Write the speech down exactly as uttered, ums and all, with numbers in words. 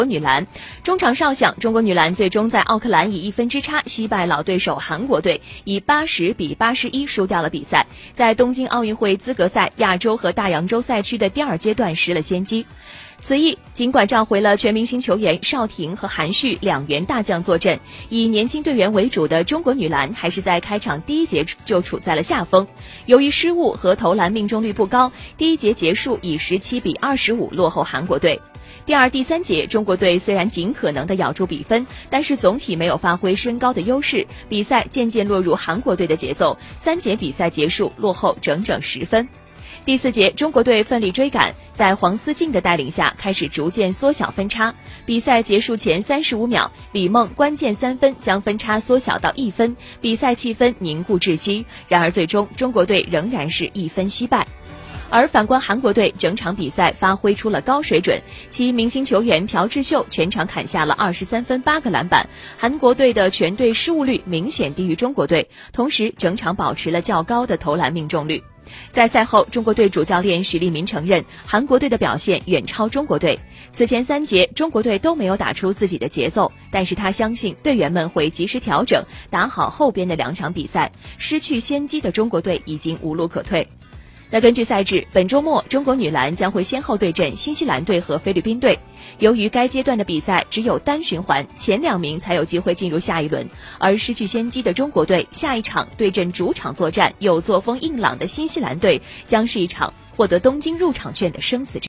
女篮。中场哨响，中国女篮最终在奥克兰以一分之差惜败老对手韩国队，以八十比八十一输掉了比赛，在东京奥运会资格赛亚洲和大洋洲赛区的第二阶段失了先机。此役尽管召回了全明星球员邵婷和韩旭两员大将坐镇，以年轻队员为主的中国女篮还是在开场第一节就处在了下风。由于失误和投篮命中率不高，第一节结束以十七比二十五落后韩国队。第二、第三节，中国队虽然尽可能的咬住比分，但是总体没有发挥身高的优势，比赛渐渐落入韩国队的节奏。三节比赛结束，落后整整十分。第四节，中国队奋力追赶，在黄思静的带领下开始逐渐缩小分差。比赛结束前三十五秒，李梦关键三分将分差缩小到一分，比赛气氛凝固窒息。然而最终中国队仍然是一分惜败。而反观韩国队，整场比赛发挥出了高水准，其明星球员朴智秀全场砍下了二十三分八个篮板，韩国队的全队失误率明显低于中国队，同时整场保持了较高的投篮命中率。在赛后，中国队主教练许利民承认，韩国队的表现远超中国队。此前三节，中国队都没有打出自己的节奏，但是他相信队员们会及时调整，打好后边的两场比赛。失去先机的中国队已经无路可退。那根据赛制，本周末中国女篮将会先后对阵新西兰队和菲律宾队。由于该阶段的比赛只有单循环，前两名才有机会进入下一轮，而失去先机的中国队下一场对阵主场作战又作风硬朗的新西兰队，将是一场获得东京入场券的生死战。